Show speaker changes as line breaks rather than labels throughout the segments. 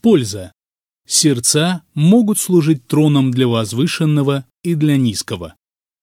Польза. Сердца могут служить троном для возвышенного и для низкого.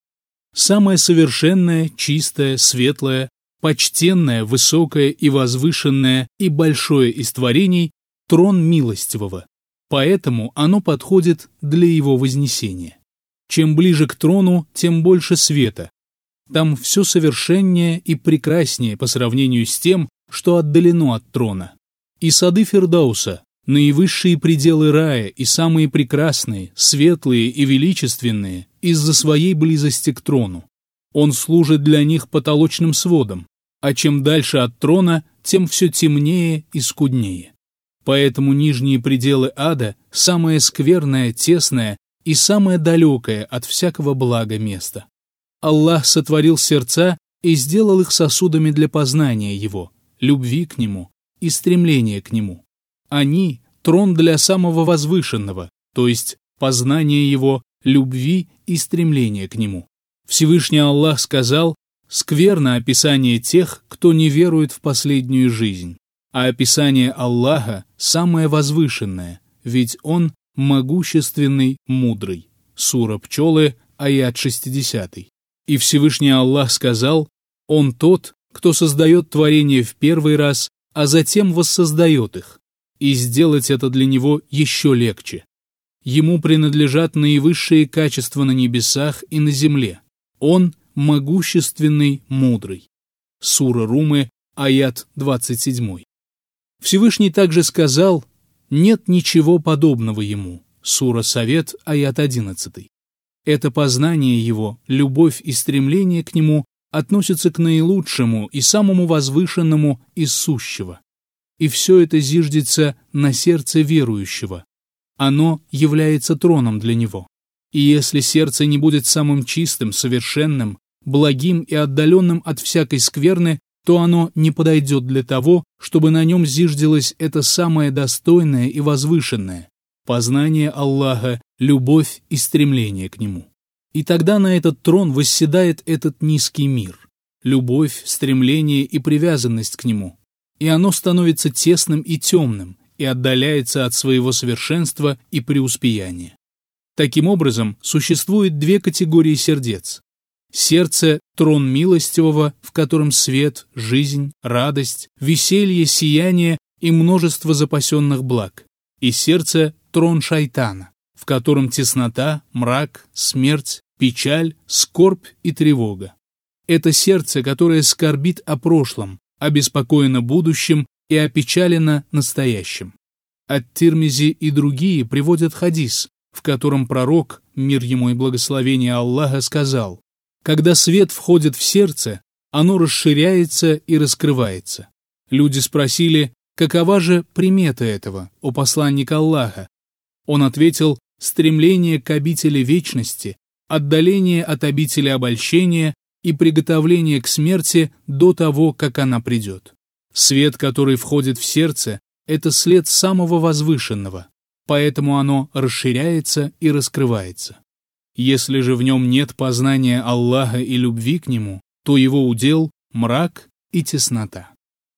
Самое совершенное, чистое, светлое, почтенное, высокое и возвышенное и большое из творений – трон милостивого, поэтому оно подходит для его вознесения. Чем ближе к трону, тем больше света. Там все совершеннее и прекраснее по сравнению с тем, что отдалено от трона. И сады Фирдауса, наивысшие пределы рая и самые прекрасные, светлые и величественные из-за своей близости к трону. Он служит для них потолочным сводом, а чем дальше от трона, тем все темнее и скуднее. Поэтому нижние пределы ада – самое скверное, тесное и самое далекое от всякого блага место. Аллах сотворил сердца и сделал их сосудами для познания Его, любви к Нему и стремления к Нему. Они – трон для самого возвышенного, то есть познания Его, любви и стремления к Нему. Всевышний Аллах сказал: «Скверно описание тех, кто не верует в последнюю жизнь, а описание Аллаха самое возвышенное, ведь Он могущественный, мудрый». Сура Пчелы, аят 60. И Всевышний Аллах сказал: «Он тот, кто создает творение в первый раз, а затем воссоздает их, и сделать это для него еще легче. Ему принадлежат наивысшие качества на небесах и на земле. Он могущественный, мудрый». Сура Румы, аят 27. Всевышний также сказал: «Нет ничего подобного ему». Сура Совет, аят 11. Это познание его, любовь и стремление к нему относятся к наилучшему и самому возвышенному из сущего. И все это зиждется на сердце верующего. Оно является троном для него. И если сердце не будет самым чистым, совершенным, благим и отдаленным от всякой скверны, то оно не подойдет для того, чтобы на нем зиждилось это самое достойное и возвышенное – познание Аллаха, любовь и стремление к Нему. И тогда на этот трон восседает этот низкий мир – любовь, стремление и привязанность к Нему. И оно становится тесным и темным, и отдаляется от своего совершенства и преуспеяния. Таким образом, существует две категории сердец. Сердце – трон милостивого, в котором свет, жизнь, радость, веселье, сияние и множество запасенных благ. И сердце – трон шайтана, в котором теснота, мрак, смерть, печаль, скорбь и тревога. Это сердце, которое скорбит о прошлом, обеспокоено будущим и опечалено настоящим. Ат-Тирмизи и другие приводят хадис, в котором пророк, мир ему и благословение Аллаха, сказал: «Когда свет входит в сердце, оно расширяется и раскрывается». Люди спросили: «Какова же примета этого, о посланник Аллаха?» Он ответил: «Стремление к обители вечности, отдаление от обители обольщения и приготовление к смерти до того, как она придет. Свет, который входит в сердце, это след самого возвышенного, поэтому оно расширяется и раскрывается. Если же в нем нет познания Аллаха и любви к Нему, то его удел – мрак и теснота».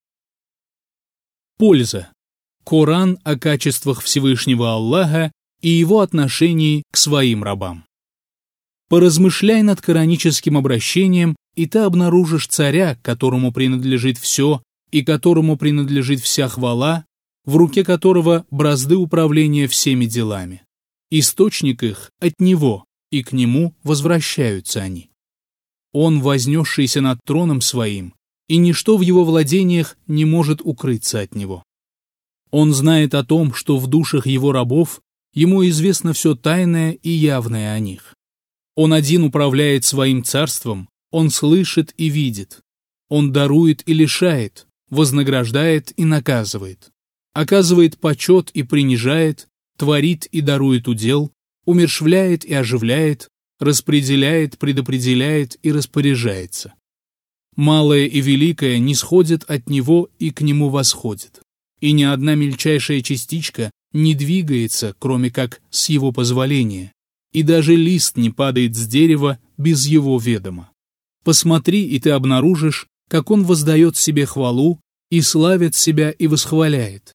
Польза. Коран о качествах Всевышнего Аллаха и его отношении к своим рабам. Поразмышляй над кораническим обращением, и ты обнаружишь царя, которому принадлежит все и которому принадлежит вся хвала, в руке которого бразды управления всеми делами. Источник их от него, и к нему возвращаются они. Он, вознесшийся над троном своим, и ничто в его владениях не может укрыться от него. Он знает о том, что в душах его рабов ему известно все тайное и явное о них. Он один управляет своим царством, он слышит и видит. Он дарует и лишает, вознаграждает и наказывает, оказывает почет и принижает, творит и дарует удел, умерщвляет и оживляет, распределяет, предопределяет и распоряжается. Малое и великое нисходит от него и к нему восходит, и ни одна мельчайшая частичка не двигается, кроме как с его позволения, и даже лист не падает с дерева без его ведома. Посмотри, и ты обнаружишь, как он воздает себе хвалу и славит себя и восхваляет,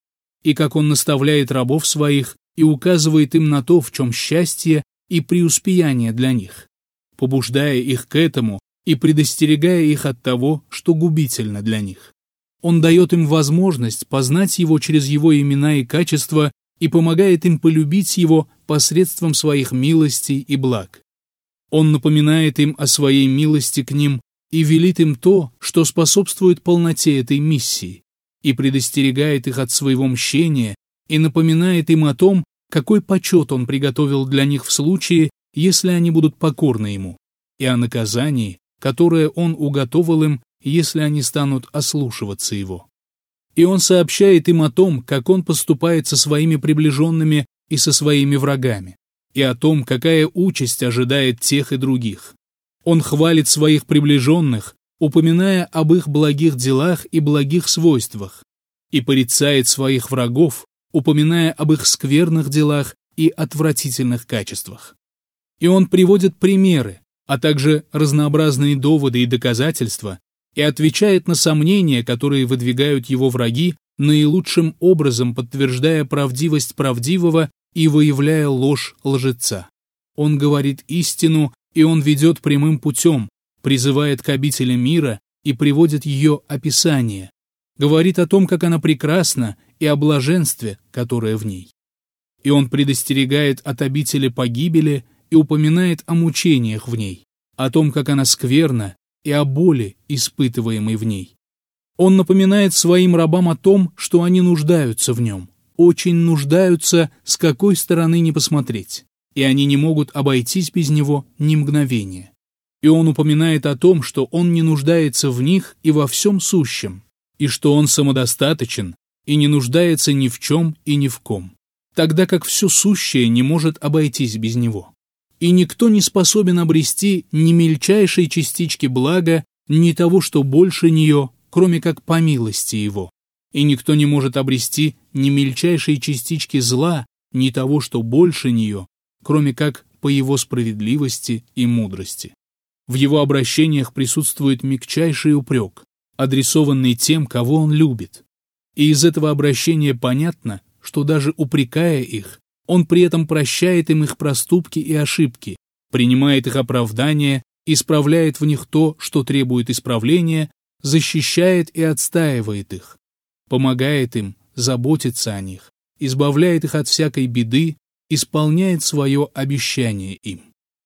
и как Он наставляет рабов Своих и указывает им на то, в чем счастье и преуспеяние для них, побуждая их к этому и предостерегая их от того, что губительно для них. Он дает им возможность познать Его через Его имена и качества и помогает им полюбить Его посредством Своих милостей и благ. Он напоминает им о Своей милости к ним и велит им то, что способствует полноте этой миссии, и предостерегает их от своего мщения и напоминает им о том, какой почет Он приготовил для них в случае, если они будут покорны Ему, и о наказании, которое Он уготовил им, если они станут ослушиваться Его. И Он сообщает им о том, как Он поступает со Своими приближенными и со Своими врагами, и о том, какая участь ожидает тех и других. Он хвалит Своих приближенных, упоминая об их благих делах и благих свойствах, и порицает Своих врагов, упоминая об их скверных делах и отвратительных качествах. И Он приводит примеры, а также разнообразные доводы и доказательства, и отвечает на сомнения, которые выдвигают Его враги, наилучшим образом подтверждая правдивость правдивого и выявляя ложь лжеца. Он говорит истину, и Он ведет прямым путем, призывает к обители мира и приводит ее описание, говорит о том, как она прекрасна, и о блаженстве, которое в ней. И Он предостерегает от обители погибели и упоминает о мучениях в ней, о том, как она скверна, и о боли, испытываемой в ней. Он напоминает Своим рабам о том, что они нуждаются в Нем, очень нуждаются, с какой стороны ни посмотреть, и они не могут обойтись без Него ни мгновения. И Он упоминает о том, что Он не нуждается в них и во всем сущем, и что Он самодостаточен и не нуждается ни в чем и ни в ком, тогда как все сущее не может обойтись без Него. И никто не способен обрести ни мельчайшей частички блага, ни того, что больше нее, кроме как по милости Его. И никто не может обрести ни мельчайшей частички зла, ни того, что больше нее, кроме как по Его справедливости и мудрости. В Его обращениях присутствует мягчайший упрек, адресованный тем, кого Он любит. И из этого обращения понятно, что даже упрекая их, Он при этом прощает им их проступки и ошибки, принимает их оправдания, исправляет в них то, что требует исправления, защищает и отстаивает их, помогает им, заботится о них, избавляет их от всякой беды, исполняет свое обещание им.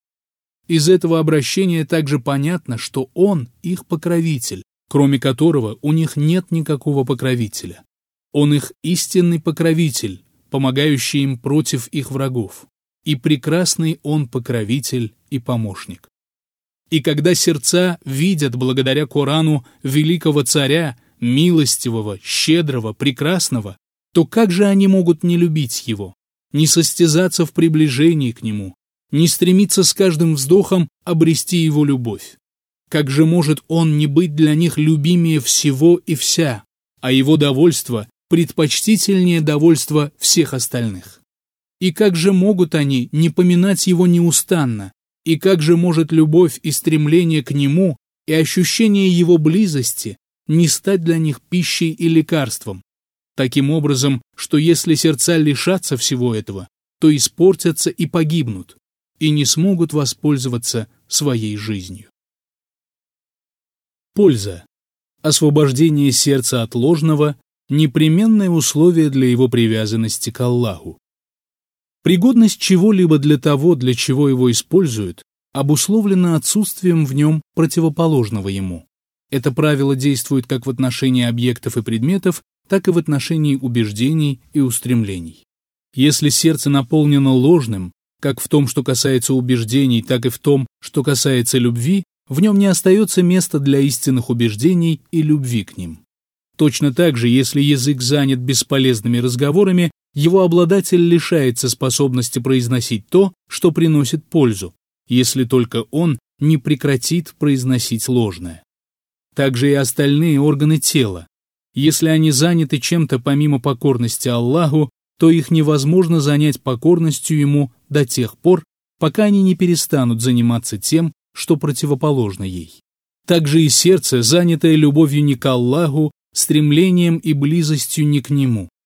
Из этого обращения также понятно, что Он их покровитель, кроме которого у них нет никакого покровителя. Он их истинный покровитель, помогающий им против их врагов, и прекрасный Он покровитель и помощник. И когда сердца видят благодаря Корану великого царя, милостивого, щедрого, прекрасного, то как же они могут не любить Его, не состязаться в приближении к Нему, не стремиться с каждым вздохом обрести Его любовь? Как же может Он не быть для них любимее всего и вся, а Его довольство предпочтительнее довольства всех остальных? И как же могут они не поминать Его неустанно? И как же может любовь и стремление к Нему и ощущение Его близости не стать для них пищей и лекарством? Таким образом, что если сердца лишатся всего этого, то испортятся и погибнут, и не смогут воспользоваться своей жизнью. Польза. Освобождение сердца от ложного – непременное условие для его привязанности к Аллаху. Пригодность чего-либо для того, для чего его используют, обусловлена отсутствием в нем противоположного ему. Это правило действует как в отношении объектов и предметов, так и в отношении убеждений и устремлений. Если сердце наполнено ложным, как в том, что касается убеждений, так и в том, что касается любви, в нем не остается места для истинных убеждений и любви к ним. Точно так же, если язык занят бесполезными разговорами, его обладатель лишается способности произносить то, что приносит пользу, если только он не прекратит произносить ложное. Также и остальные органы тела. Если они заняты чем-то помимо покорности Аллаху, то их невозможно занять покорностью Ему до тех пор, пока они не перестанут заниматься тем, что противоположно ей. Также и сердце, занятое любовью не к Аллаху, стремлением и близостью не к Нему.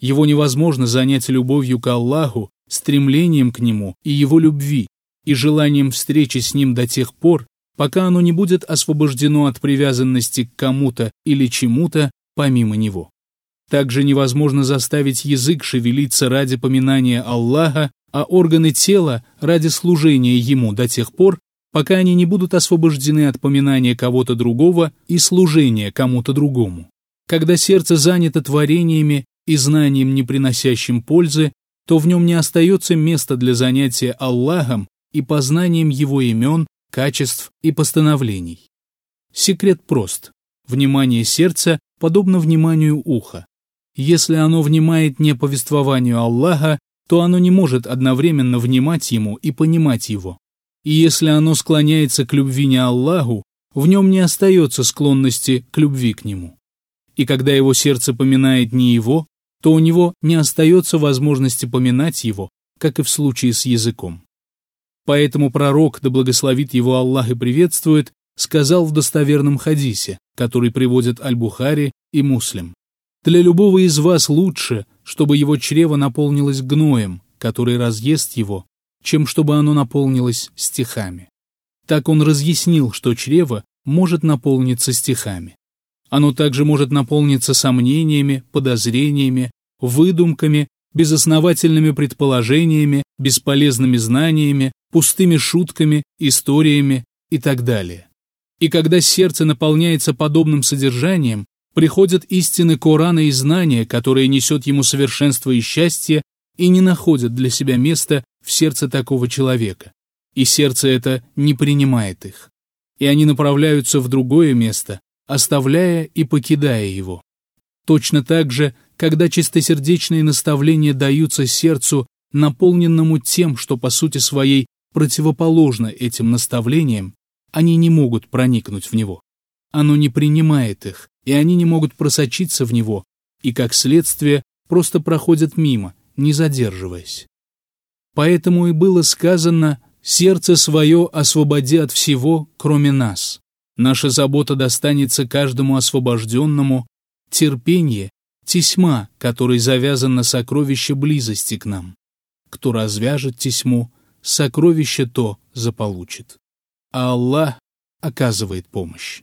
Его невозможно занять любовью к Аллаху, стремлением к Нему и Его любви, и желанием встречи с Ним до тех пор, пока оно не будет освобождено от привязанности к кому-то или чему-то помимо Него. Также невозможно заставить язык шевелиться ради поминания Аллаха, а органы тела ради служения Ему до тех пор, пока они не будут освобождены от поминания кого-то другого и служения кому-то другому. Когда сердце занято творениями и знанием, не приносящим пользы, то в нем не остается места для занятия Аллахом и познанием Его имен, качеств и постановлений. Секрет прост. Внимание сердца подобно вниманию уха. Если оно внимает не повествованию Аллаха, то оно не может одновременно внимать Ему и понимать Его. И если оно склоняется к любви не Аллаху, в нем не остается склонности к любви к Нему. И когда его сердце поминает не Его, то у него не остается возможности поминать Его, как и в случае с языком. Поэтому пророк, да благословит его Аллах и приветствует, сказал в достоверном хадисе, который приводят Аль-Бухари и Муслим: «Для любого из вас лучше, чтобы его чрево наполнилось гноем, который разъест его, чем чтобы оно наполнилось стихами». Так он разъяснил, что чрево может наполниться стихами. Оно также может наполниться сомнениями, подозрениями, выдумками, безосновательными предположениями, бесполезными знаниями, пустыми шутками, историями и так далее. И когда сердце наполняется подобным содержанием, приходят истины Корана и знания, которые несет ему совершенство и счастье, и не находят для себя места в сердце такого человека. И сердце это не принимает их. И они направляются в другое место, оставляя и покидая его. Точно так же, когда чистосердечные наставления даются сердцу, наполненному тем, что по сути своей противоположно этим наставлениям, они не могут проникнуть в него. Оно не принимает их, и они не могут просочиться в него, и, как следствие, просто проходят мимо, не задерживаясь. Поэтому и было сказано: «Сердце свое освободи от всего, кроме нас. Наша забота достанется каждому освобожденному, терпение — тесьма, которой завязано сокровище близости к нам. Кто развяжет тесьму, сокровище то заполучит. А Аллах оказывает помощь».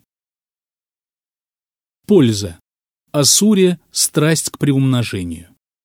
Польза. О суре «Страсть к приумножению».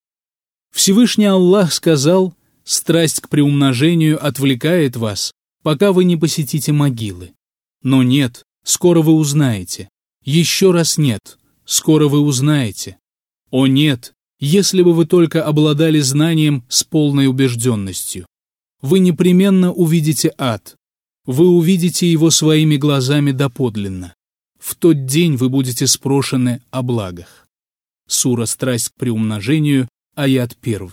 Всевышний Аллах сказал: «Страсть к приумножению отвлекает вас, пока вы не посетите могилы. Но нет, скоро вы узнаете. Еще раз нет, скоро вы узнаете. О нет, если бы вы только обладали знанием с полной убежденностью. Вы непременно увидите ад. Вы увидите его своими глазами доподлинно. В тот день вы будете спрошены о благах». Сура «Страсть к приумножению», аят 1.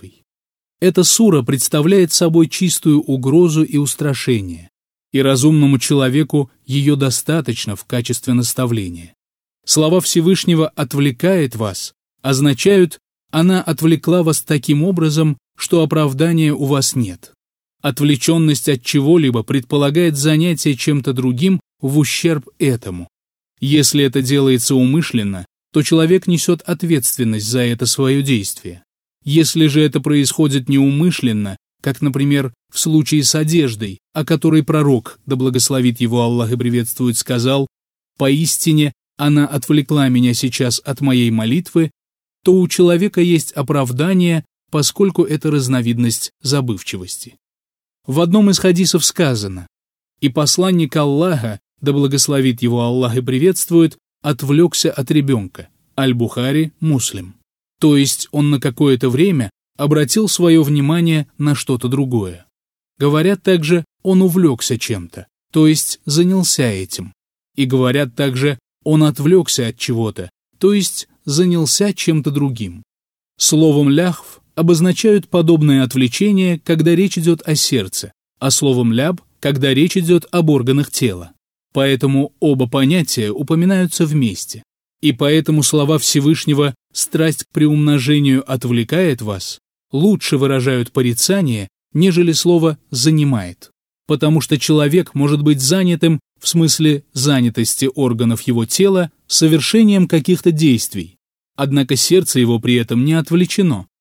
Эта сура представляет собой чистую угрозу и устрашение, и разумному человеку ее достаточно в качестве наставления. Слова Всевышнего «отвлекает вас» означают: она отвлекла вас таким образом, что оправдания у вас нет. Отвлеченность от чего-либо предполагает занятие чем-то другим в ущерб этому. Если это делается умышленно, то человек несет ответственность за это свое действие. Если же это происходит неумышленно, как, например, в случае с одеждой, о которой пророк, да благословит его Аллах и приветствует, сказал: «Поистине она отвлекла меня сейчас от моей молитвы», то у человека есть оправдание, поскольку это разновидность забывчивости. В одном из хадисов сказано: «И посланник Аллаха, да благословит его Аллах и приветствует, отвлекся от ребенка». Аль-Бухари, Муслим. То есть он на какое-то время обратил свое внимание на что-то другое. Говорят также: он увлекся чем-то, то есть занялся этим. И говорят также: он отвлекся от чего-то, то есть занялся чем-то другим. Словом «ляхв» обозначают подобное отвлечение, когда речь идет о сердце, а словом «ляб», когда речь идет об органах тела. Поэтому оба понятия упоминаются вместе. И поэтому слова Всевышнего «страсть к приумножению отвлекает вас» лучше выражают порицание, нежели слово «занимает». Потому что человек может быть занятым, в смысле занятости органов его тела, совершением каких-то действий. Однако сердце его при этом не отвлечено,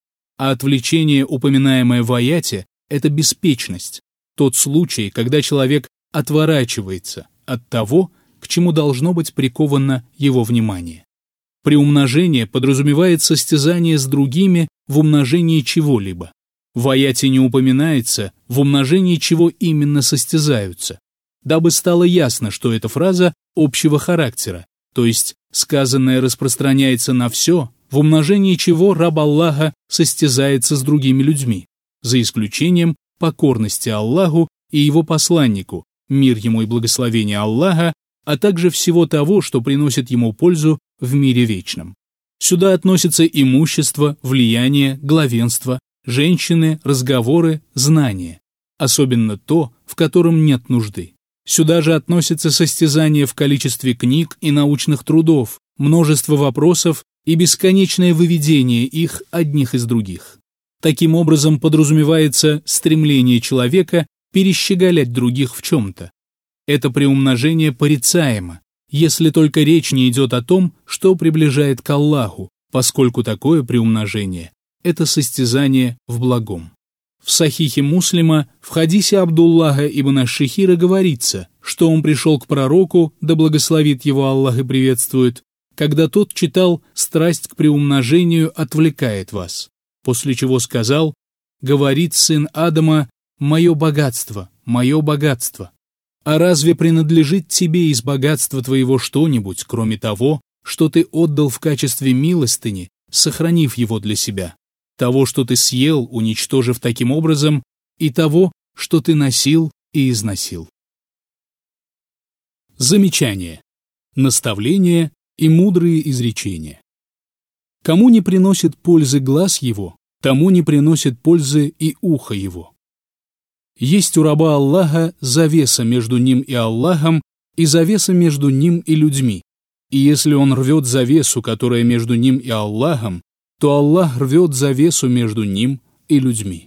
а отвлечение, упоминаемое в аяте, это беспечность, тот случай, когда человек отворачивается от того, к чему должно быть приковано его внимание. Приумножение подразумевает состязание с другими в умножении чего-либо. В аяте не упоминается, в умножении чего именно состязаются, дабы стало ясно, что эта фраза общего характера, то есть сказанное распространяется на все, в умножении чего раб Аллаха состязается с другими людьми, за исключением покорности Аллаху и его посланнику, мир ему и благословение Аллаха, а также всего того, что приносит ему пользу в мире вечном. Сюда относятся имущество, влияние, главенство, женщины, разговоры, знания, особенно то, в котором нет нужды. Сюда же относятся состязания в количестве книг и научных трудов, множество вопросов и бесконечное выведение их одних из других. Таким образом подразумевается стремление человека перещеголять других в чем-то. Это приумножение порицаемо, если только речь не идет о том, что приближает к Аллаху, поскольку такое приумножение – это состязание в благом. В Сахихе Муслима в хадисе Абдуллаха ибн аш-Шихира говорится, что он пришел к пророку, да благословит его Аллах и приветствует, когда тот читал «Страсть к приумножению отвлекает вас», после чего сказал «Говорит сын Адама, мое богатство, мое богатство». А разве принадлежит тебе из богатства твоего что-нибудь, кроме того, что ты отдал в качестве милостыни, сохранив его для себя, того, что ты съел, уничтожив таким образом, и того, что ты носил и износил? Замечание. Наставление и мудрые изречения. Кому не приносит пользы глаз его, тому не приносит пользы и ухо его. Есть у раба Аллаха завеса между ним и Аллахом и завеса между ним и людьми, и если он рвет завесу, которая между ним и Аллахом, то Аллах рвет завесу между ним и людьми.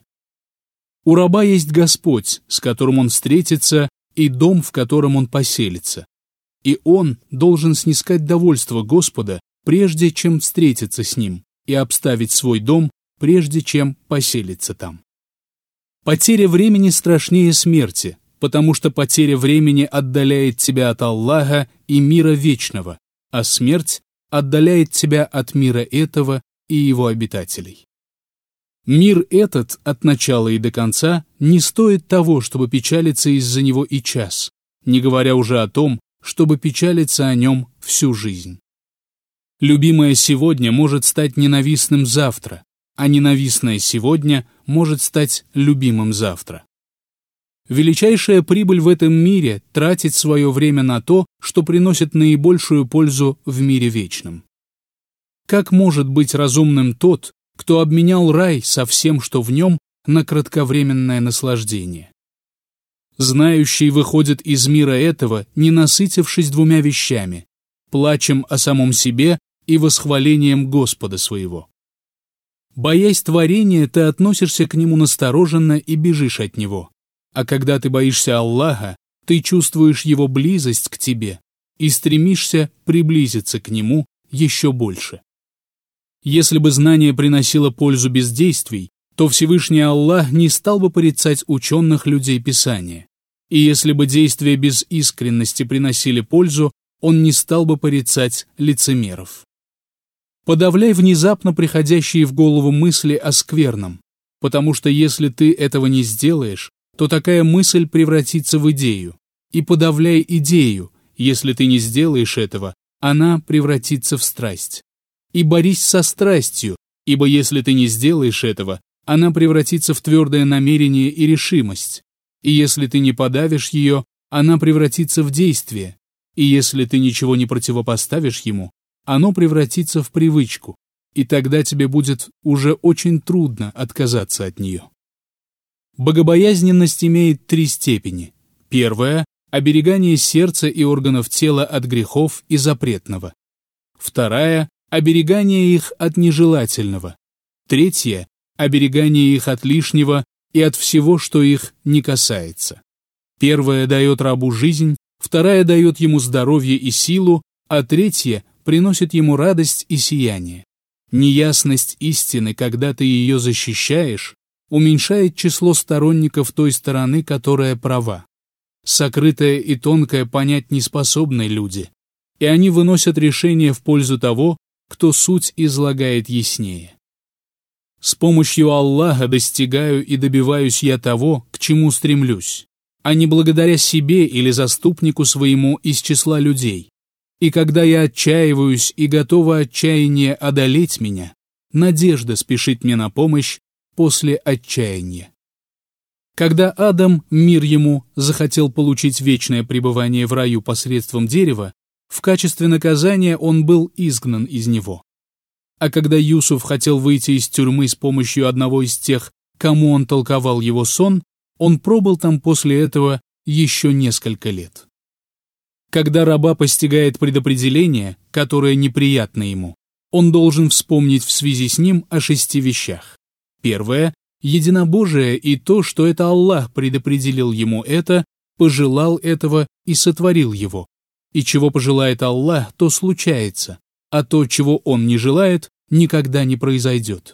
У раба есть Господь, с которым он встретится, и дом, в котором он поселится, и он должен снискать довольство Господа, прежде чем встретиться с ним, и обставить свой дом, прежде чем поселиться там. Потеря времени страшнее смерти, потому что потеря времени отдаляет тебя от Аллаха и мира вечного, а смерть отдаляет тебя от мира этого и его обитателей. Мир этот от начала и до конца не стоит того, чтобы печалиться из-за него и час, не говоря уже о том, чтобы печалиться о нем всю жизнь. Любимое сегодня может стать ненавистным завтра, а ненавистное сегодня может стать любимым завтра. Величайшая прибыль в этом мире – тратить свое время на то, что приносит наибольшую пользу в мире вечном. Как может быть разумным тот, кто обменял рай со всем, что в нем, на кратковременное наслаждение? Знающий выходит из мира этого, не насытившись двумя вещами – плачем о самом себе и восхвалением Господа своего. Боясь творения, ты относишься к нему настороженно и бежишь от него. А когда ты боишься Аллаха, ты чувствуешь его близость к тебе и стремишься приблизиться к нему еще больше. Если бы знание приносило пользу без действий, то Всевышний Аллах не стал бы порицать ученых людей Писания. И если бы действия без искренности приносили пользу, он не стал бы порицать лицемеров. Подавляй внезапно приходящие в голову мысли о скверном, потому что если ты этого не сделаешь, то такая мысль превратится в идею, и подавляй идею, если ты не сделаешь этого, она превратится в страсть. И борись со страстью, ибо если ты не сделаешь этого, она превратится в твердое намерение и решимость, и если ты не подавишь ее, она превратится в действие, и если ты ничего не противопоставишь ему, оно превратится в привычку, и тогда тебе будет уже очень трудно отказаться от нее. Богобоязненность имеет 3 степени. Первая – оберегание сердца и органов тела от грехов и запретного. Вторая – оберегание их от нежелательного. Третья – оберегание их от лишнего и от всего, что их не касается. Первая дает рабу жизнь, вторая дает ему здоровье и силу, а третья приносит ему радость и сияние. Неясность истины, когда ты ее защищаешь, уменьшает число сторонников той стороны, которая права. Сокрытое и тонкое понять не способны люди, и они выносят решение в пользу того, кто суть излагает яснее. С помощью Аллаха достигаю и добиваюсь я того, к чему стремлюсь, а не благодаря себе или заступнику своему из числа людей. И когда я отчаиваюсь и готова отчаяние одолеть меня, надежда спешит мне на помощь после отчаяния. Когда Адам, мир ему, захотел получить вечное пребывание в раю посредством дерева, в качестве наказания он был изгнан из него. А когда Юсуф хотел выйти из тюрьмы с помощью одного из тех, кому он толковал его сон, он пробыл там после этого еще несколько лет. Когда раба постигает предопределение, которое неприятно ему, он должен вспомнить в связи с ним о 6 вещах. Первое – единобожие и то, что это Аллах предопределил ему это, пожелал этого и сотворил его. И чего пожелает Аллах, то случается, а то, чего он не желает, никогда не произойдет.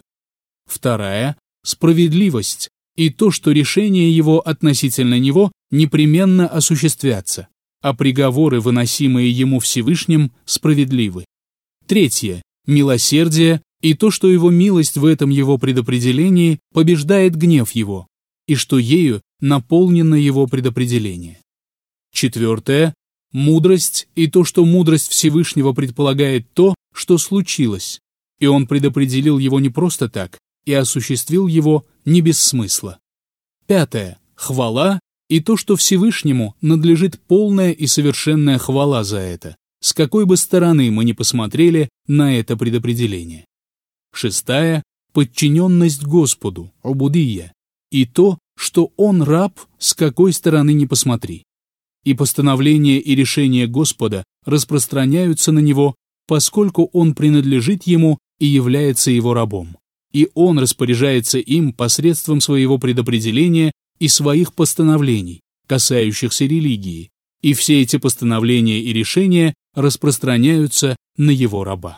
Вторая – справедливость и то, что решения его относительно него непременно осуществятся, а приговоры, выносимые ему Всевышним, справедливы. Третье – милосердие и то, что его милость в этом его предопределении побеждает гнев его, и что ею наполнено его предопределение. Четвертое – мудрость и то, что мудрость Всевышнего предполагает то, что случилось, и он предопределил его не просто так, и осуществил его не без смысла. Пятое – хвала и то, что Всевышнему надлежит полная и совершенная хвала за это, с какой бы стороны мы ни посмотрели на это предопределение. Шестая – подчиненность Господу, убудия, и то, что он раб, с какой стороны ни посмотри. И постановления и решения Господа распространяются на него, поскольку он принадлежит ему и является его рабом. И он распоряжается им посредством своего предопределения и своих постановлений, касающихся религии, и все эти постановления и решения распространяются на его раба.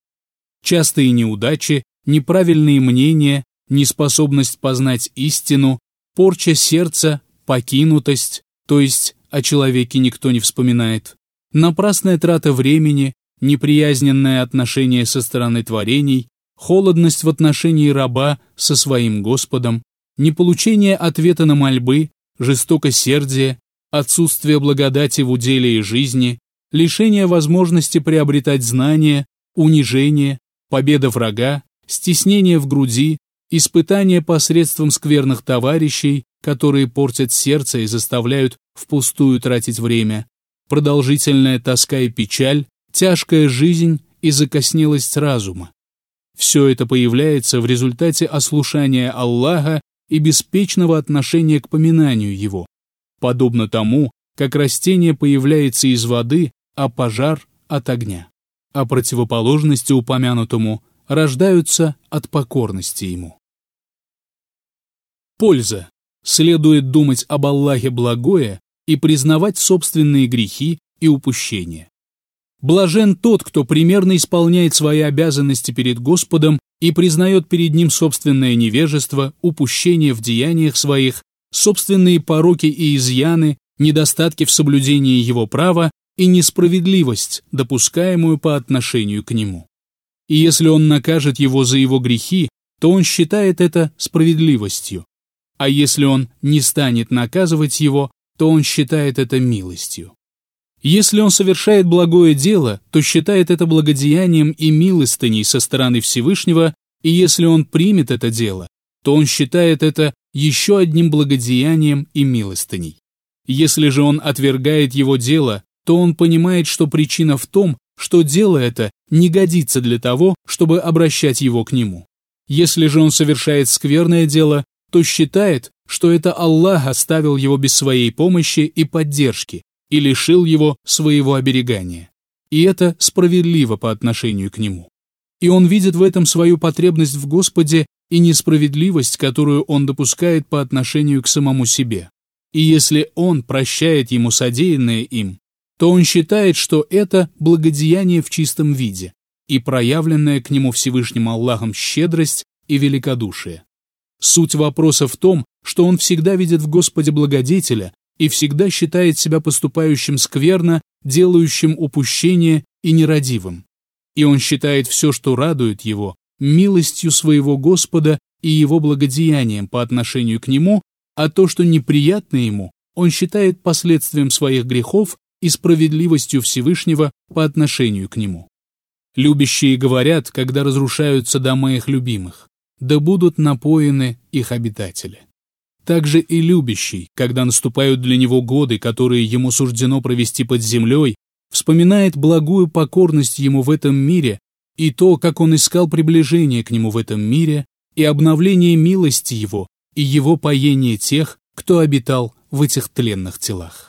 Частые неудачи, неправильные мнения, неспособность познать истину, порча сердца, покинутость, то есть о человеке никто не вспоминает, напрасная трата времени, неприязненное отношение со стороны творений, холодность в отношении раба со своим Господом, неполучение ответа на мольбы, жестокосердие, отсутствие благодати в уделе и жизни, лишение возможности приобретать знания, унижение, победа врага, стеснение в груди, испытания посредством скверных товарищей, которые портят сердце и заставляют впустую тратить время, продолжительная тоска и печаль, тяжкая жизнь и закоснелость разума. Все это появляется в результате ослушания Аллаха и беспечного отношения к поминанию Его, подобно тому, как растение появляется из воды, а пожар – от огня, а противоположности упомянутому рождаются от покорности Ему. Польза. Следует думать об Аллахе благое и признавать собственные грехи и упущения. Блажен тот, кто примерно исполняет свои обязанности перед Господом и признает перед Ним собственное невежество, упущение в деяниях своих, собственные пороки и изъяны, недостатки в соблюдении Его права и несправедливость, допускаемую по отношению к Нему. И если Он накажет его за его грехи, то он считает это справедливостью, а если Он не станет наказывать его, то он считает это милостью. Если он совершает благое дело, то считает это благодеянием и милостыней со стороны Всевышнего, и если он примет это дело, то он считает это еще одним благодеянием и милостыней. Если же он отвергает его дело, то он понимает, что причина в том, что дело это не годится для того, чтобы обращать его к нему. Если же он совершает скверное дело, то считает, что это Аллах оставил его без своей помощи и поддержки и лишил его своего оберегания. И это справедливо по отношению к нему. И он видит в этом свою потребность в Господе и несправедливость, которую он допускает по отношению к самому себе. И если он прощает ему содеянное им, то он считает, что это благодеяние в чистом виде, и проявленная к нему Всевышним Аллахом щедрость и великодушие. Суть вопроса в том, что он всегда видит в Господе благодетеля и всегда считает себя поступающим скверно, делающим упущение и нерадивым. И он считает все, что радует его, милостью своего Господа и его благодеянием по отношению к нему, а то, что неприятно ему, он считает последствием своих грехов и справедливостью Всевышнего по отношению к нему. Любящие говорят, когда разрушаются дома их любимых: да будут напоены их обитатели. Также и любящий, когда наступают для него годы, которые ему суждено провести под землей, вспоминает благую покорность ему в этом мире и то, как он искал приближение к нему в этом мире, и обновление милости его, и его поение тех, кто обитал в этих тленных телах.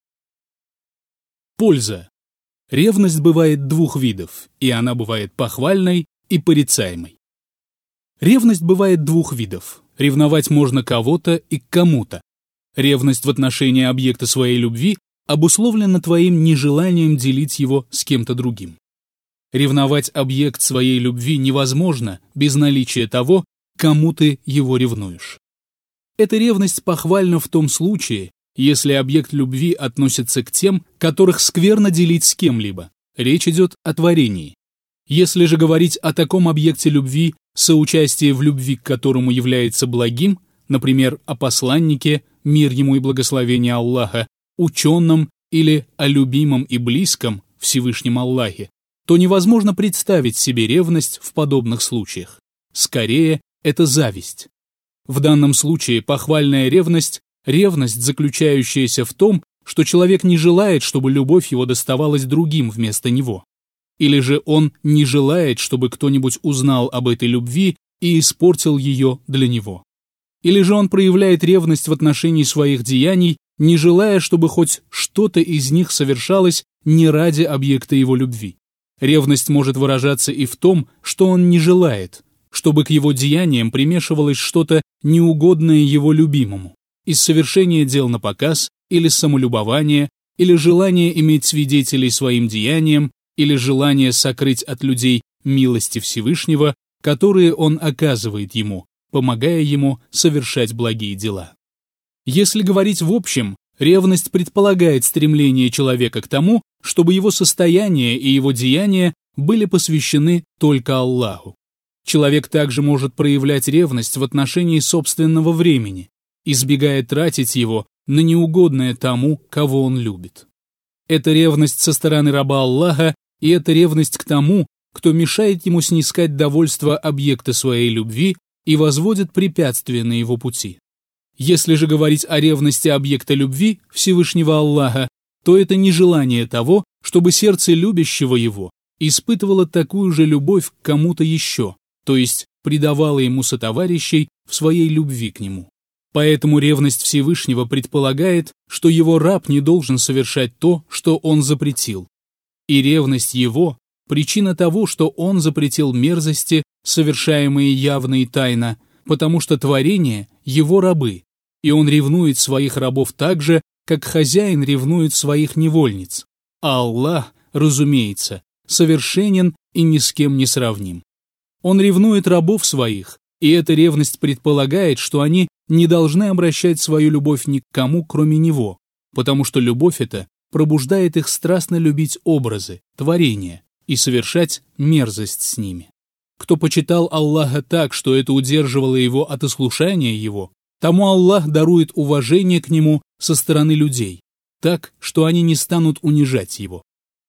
Польза. Ревность бывает двух видов, и она бывает похвальной и порицаемой. Ревность бывает двух видов. Ревновать можно кого-то и к кому-то. Ревность в отношении объекта своей любви обусловлена твоим нежеланием делить его с кем-то другим. Ревновать объект своей любви невозможно без наличия того, кому ты его ревнуешь. Эта ревность похвальна в том случае, если объект любви относится к тем, которых скверно делить с кем-либо. Речь идет о творении. Если же говорить о таком объекте любви, соучастие в любви к которому является благим, например, о посланнике, мир ему и благословение Аллаха, ученом или о любимом и близком, Всевышнем Аллахе, то невозможно представить себе ревность в подобных случаях. Скорее, это зависть. В данном случае похвальная ревность – ревность, заключающаяся в том, что человек не желает, чтобы любовь его доставалась другим вместо него. Или же он не желает, чтобы кто-нибудь узнал об этой любви и испортил ее для него. Или же он проявляет ревность в отношении своих деяний, не желая, чтобы хоть что-то из них совершалось не ради объекта его любви. Ревность может выражаться и в том, что он не желает, чтобы к его деяниям примешивалось что-то неугодное его любимому, из совершения дел на показ, или самолюбования, или желание иметь свидетелей своим деяниям, или желание сокрыть от людей милости Всевышнего, которые он оказывает ему, помогая ему совершать благие дела. Если говорить в общем, ревность предполагает стремление человека к тому, чтобы его состояние и его деяния были посвящены только Аллаху. Человек также может проявлять ревность в отношении собственного времени, избегая тратить его на неугодное тому, кого он любит. Это ревность со стороны раба Аллаха, и это ревность к тому, кто мешает ему снискать довольство объекта своей любви и возводит препятствия на его пути. Если же говорить о ревности объекта любви Всевышнего Аллаха, то это нежелание того, чтобы сердце любящего его испытывало такую же любовь к кому-то еще, то есть предавало ему сотоварищей в своей любви к нему. Поэтому ревность Всевышнего предполагает, что его раб не должен совершать то, что он запретил. И ревность его – причина того, что он запретил мерзости, совершаемые явно и тайно, потому что творение – его рабы, и он ревнует своих рабов так же, как хозяин ревнует своих невольниц. А Аллах, разумеется, совершенен и ни с кем не сравним. Он ревнует рабов своих, и эта ревность предполагает, что они не должны обращать свою любовь ни к кому, кроме него, потому что любовь эта пробуждает их страстно любить образы, творения и совершать мерзость с ними. Кто почитал Аллаха так, что это удерживало его от ослушания его, тому Аллах дарует уважение к нему со стороны людей, так, что они не станут унижать его.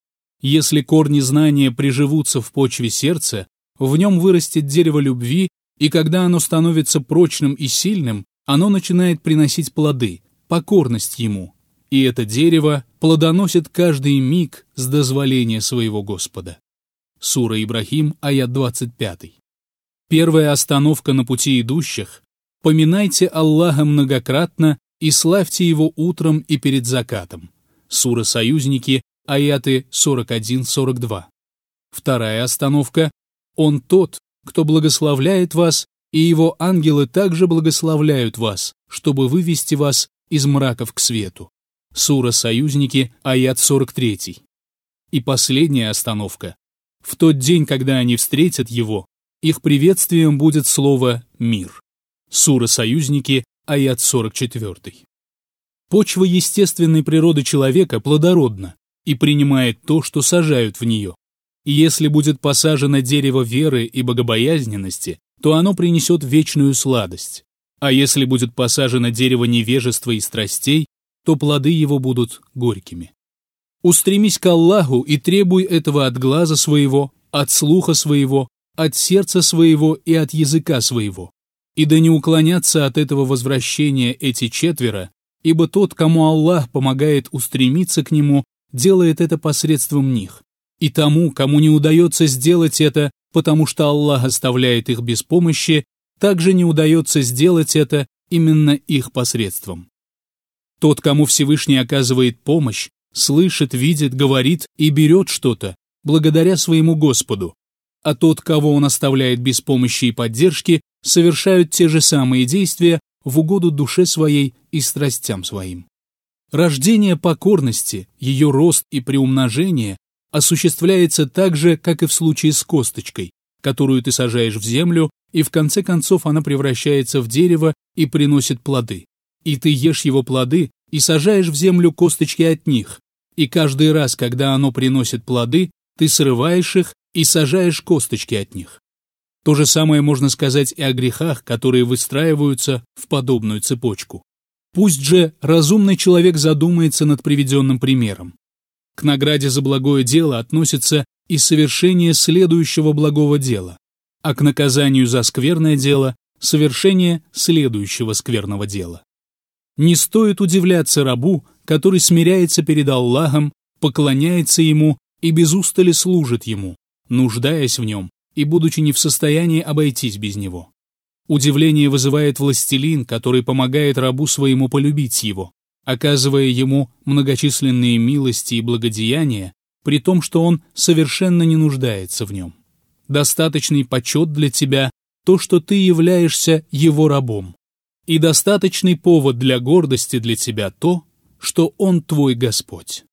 Если корни знания приживутся в почве сердца, в нем вырастет дерево любви, и когда оно становится прочным и сильным, оно начинает приносить плоды, покорность ему, и это дерево плодоносит каждый миг с дозволения своего Господа. Сура Ибрахим, аят 25. Первая остановка на пути идущих – поминайте Аллаха многократно и славьте Его утром и перед закатом. Сура Союзники, аяты 41-42. Вторая остановка – Он тот, кто благословляет вас, и Его ангелы также благословляют вас, чтобы вывести вас из мраков к свету. Сура Союзники, аят 43. И последняя остановка В тот день, когда они встретят его, их приветствием будет слово «мир». Сура «Союзники», аят 44. Почва естественной природы человека плодородна и принимает то, что сажают в нее. И если будет посажено дерево веры и богобоязненности, то оно принесет вечную сладость. А если будет посажено дерево невежества и страстей, то плоды его будут горькими. Устремись к Аллаху и требуй этого от глаза своего, от слуха своего, от сердца своего и от языка своего. И да не уклонятся от этого возвращения эти четверо, ибо тот, кому Аллах помогает устремиться к нему, делает это посредством них. И тому, кому не удается сделать это, потому что Аллах оставляет их без помощи, также не удается сделать это именно их посредством. Тот, кому Всевышний оказывает помощь, слышит, видит, говорит и берет что-то, благодаря своему Господу, а тот, кого он оставляет без помощи и поддержки, совершают те же самые действия в угоду душе своей и страстям своим. Рождение покорности, ее рост и приумножение осуществляется так же, как и в случае с косточкой, которую ты сажаешь в землю, и в конце концов она превращается в дерево и приносит плоды. И ты ешь его плоды и сажаешь в землю косточки от них, и каждый раз, когда оно приносит плоды, ты срываешь их и сажаешь косточки от них. То же самое можно сказать и о грехах, которые выстраиваются в подобную цепочку. Пусть же разумный человек задумается над приведенным примером. К награде за благое дело относится и совершение следующего благого дела, а к наказанию за скверное дело – совершение следующего скверного дела. Не стоит удивляться рабу, который смиряется перед Аллахом, поклоняется Ему и без устали служит Ему, нуждаясь в Нем и будучи не в состоянии обойтись без Него. Удивление вызывает властелин, который помогает рабу своему полюбить его, оказывая ему многочисленные милости и благодеяния, при том, что он совершенно не нуждается в нем. Достаточный почет для тебя то, что ты являешься его рабом, и достаточный повод для гордости для тебя то, что он твой Господь.